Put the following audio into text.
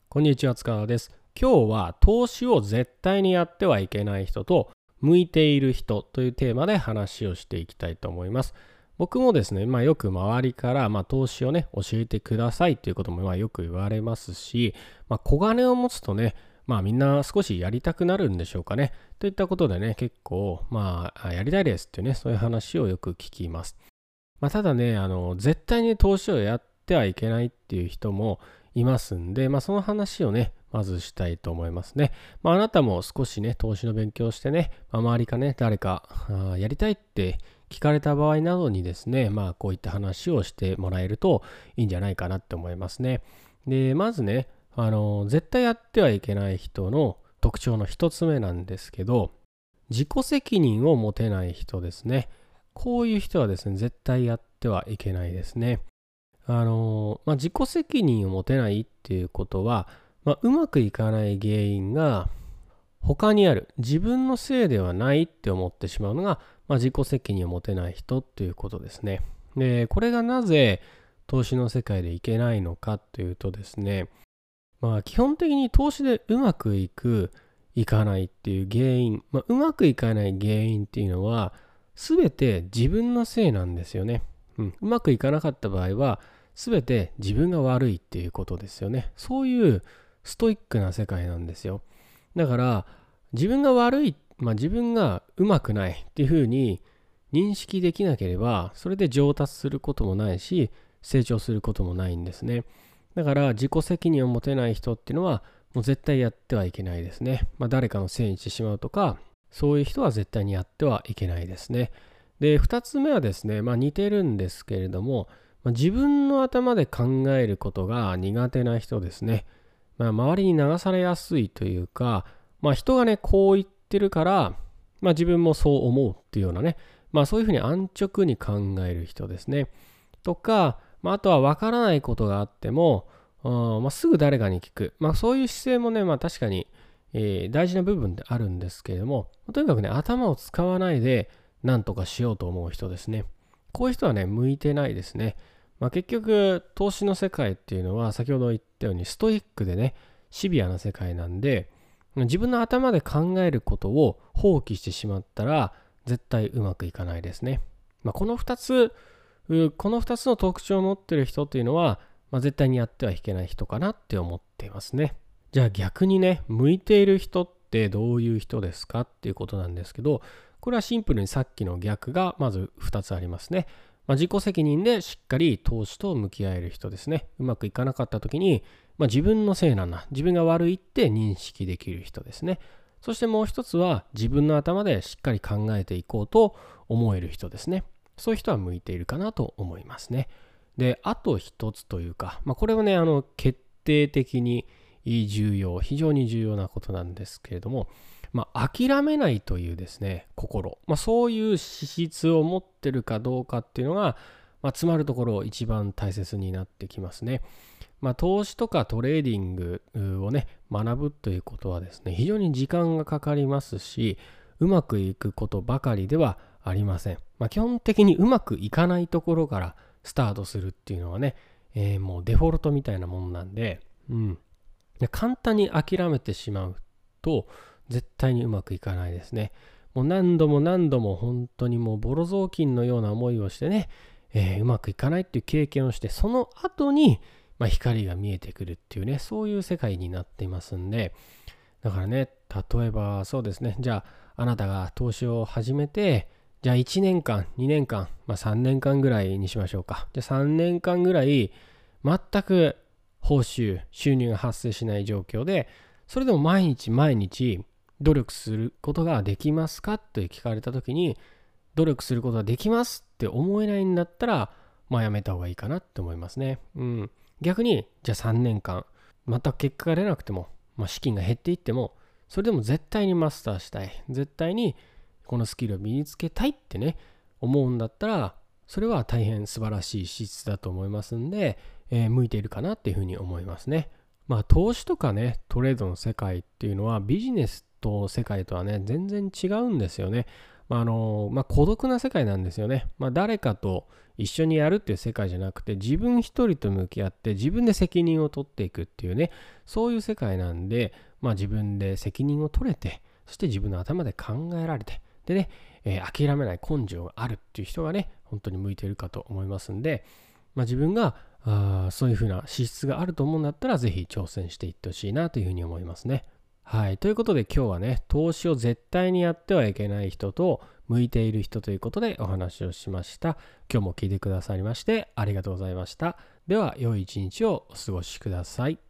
こんにちは、塚川です。今日は投資を絶対にやってはいけない人と向いている人というテーマで話をしていきたいと思います。僕もですね、よく周りから、投資をね、教えてくださいということもよく言われますし、小金を持つとね、みんな少しやりたくなるんでしょうかね。といったことでね、結構、やりたいですっていうね、そういう話をよく聞きます。ただね、絶対に投資をやってはいけないっていう人もいますんで、その話をね、まずしたいと思いますね。あなたも少しね、投資の勉強をしてね、周りかね、誰かやりたいって聞かれた場合などにですね、こういった話をしてもらえるといいんじゃないかなって思いますね。で、まずね、絶対やってはいけない人の特徴の一つ目なんですけど、自己責任を持てない人ですね。こういう人はですね、絶対やってはいけないですね。自己責任を持てないっていうことは、うまくいかない原因が他にある、自分のせいではないって思ってしまうのが、自己責任を持てない人っていうことですね。で、これがなぜ投資の世界でいけないのかというとですね、基本的に投資でうまくいかないっていう原因、うまくいかない原因っていうのは、全て自分のせいなんですよね。うまくいかなかった場合は、全て自分が悪いっていうことですよね。そういうストイックな世界なんですよ。だから、自分が悪い、自分がうまくないっていうふうに認識できなければ、それで上達することもないし、成長することもないんですね。だから、自己責任を持てない人っていうのは、もう絶対やってはいけないですね。誰かのせいにしてしまうとか、そういう人は絶対にやってはいけないですね。で、二つ目はですね、似てるんですけれども、自分の頭で考えることが苦手な人ですね。周りに流されやすいというか、人がね、こう言ってるから、自分もそう思うっていうようなね、そういうふうに安直に考える人ですね。とか、あとは分からないことがあっても、すぐ誰かに聞く。そういう姿勢もね、確かに、大事な部分であるんですけれども、とにかくね、頭を使わないで何とかしようと思う人ですね。こういう人はね、向いてないですね。結局、投資の世界っていうのは、先ほど言ったようにストイックでね、シビアな世界なんで、自分の頭で考えることを放棄してしまったら、絶対うまくいかないですね。この2つの特徴を持っている人っていうのは、絶対にやってはいけない人かなって思っていますね。じゃあ逆にね、向いている人ってどういう人ですかっていうことなんですけど、これはシンプルにさっきの逆がまず2つありますね。自己責任でしっかり投資と向き合える人ですね。うまくいかなかった時に、自分のせいなんだ、自分が悪いって認識できる人ですね。そしてもう一つは自分の頭でしっかり考えていこうと思える人ですね。そういう人は向いているかなと思いますね。で、あと一つというか、これはね、決定的に非常に重要なことなんですけれども、諦めないというですね、心、そういう資質を持ってるかどうかっていうのが、つまるところ一番大切になってきますね。投資とかトレーディングをね、学ぶということはですね、非常に時間がかかりますし、うまくいくことばかりではありません。基本的にうまくいかないところからスタートするっていうのはね、もうデフォルトみたいなもんなんで、簡単に諦めてしまうと絶対にうまくいかないですね。もう何度も何度も本当にもうボロ雑巾のような思いをしてね、うまくいかないっていう経験をして、その後に光が見えてくるっていうね、そういう世界になっていますんで、だからね、例えばそうですね、じゃああなたが投資を始めて、じゃあ1年間、2年間、3年間ぐらいにしましょうか。じゃあ3年間ぐらい、全く収入が発生しない状況で、それでも毎日毎日努力することができますかと聞かれたときに、努力することができますって思えないんだったら、やめた方がいいかなって思いますね。逆に、じゃあ3年間、また結果が出なくても、資金が減っていっても、それでも絶対にマスターしたい。絶対にこのスキルを身につけたいってね、思うんだったら、それは大変素晴らしい資質だと思いますんで、向いているかなっていうふうに思いますね。投資とかね、トレードの世界っていうのはビジネスと世界とはね、全然違うんですよね。 孤独な世界なんですよね。誰かと一緒にやるっていう世界じゃなくて、自分一人と向き合って自分で責任を取っていくっていうね、そういう世界なんで、自分で責任を取れて、そして自分の頭で考えられて、でね、諦めない根性があるっていう人がね、本当に向いているかと思いますんで、自分がそういうふうな資質があると思うんだったら、ぜひ挑戦していってほしいなというふうに思いますね。はい。ということで今日はね、投資を絶対にやってはいけない人と向いている人ということでお話をしました。今日も聞いてくださりましてありがとうございました。では、良い一日をお過ごしください。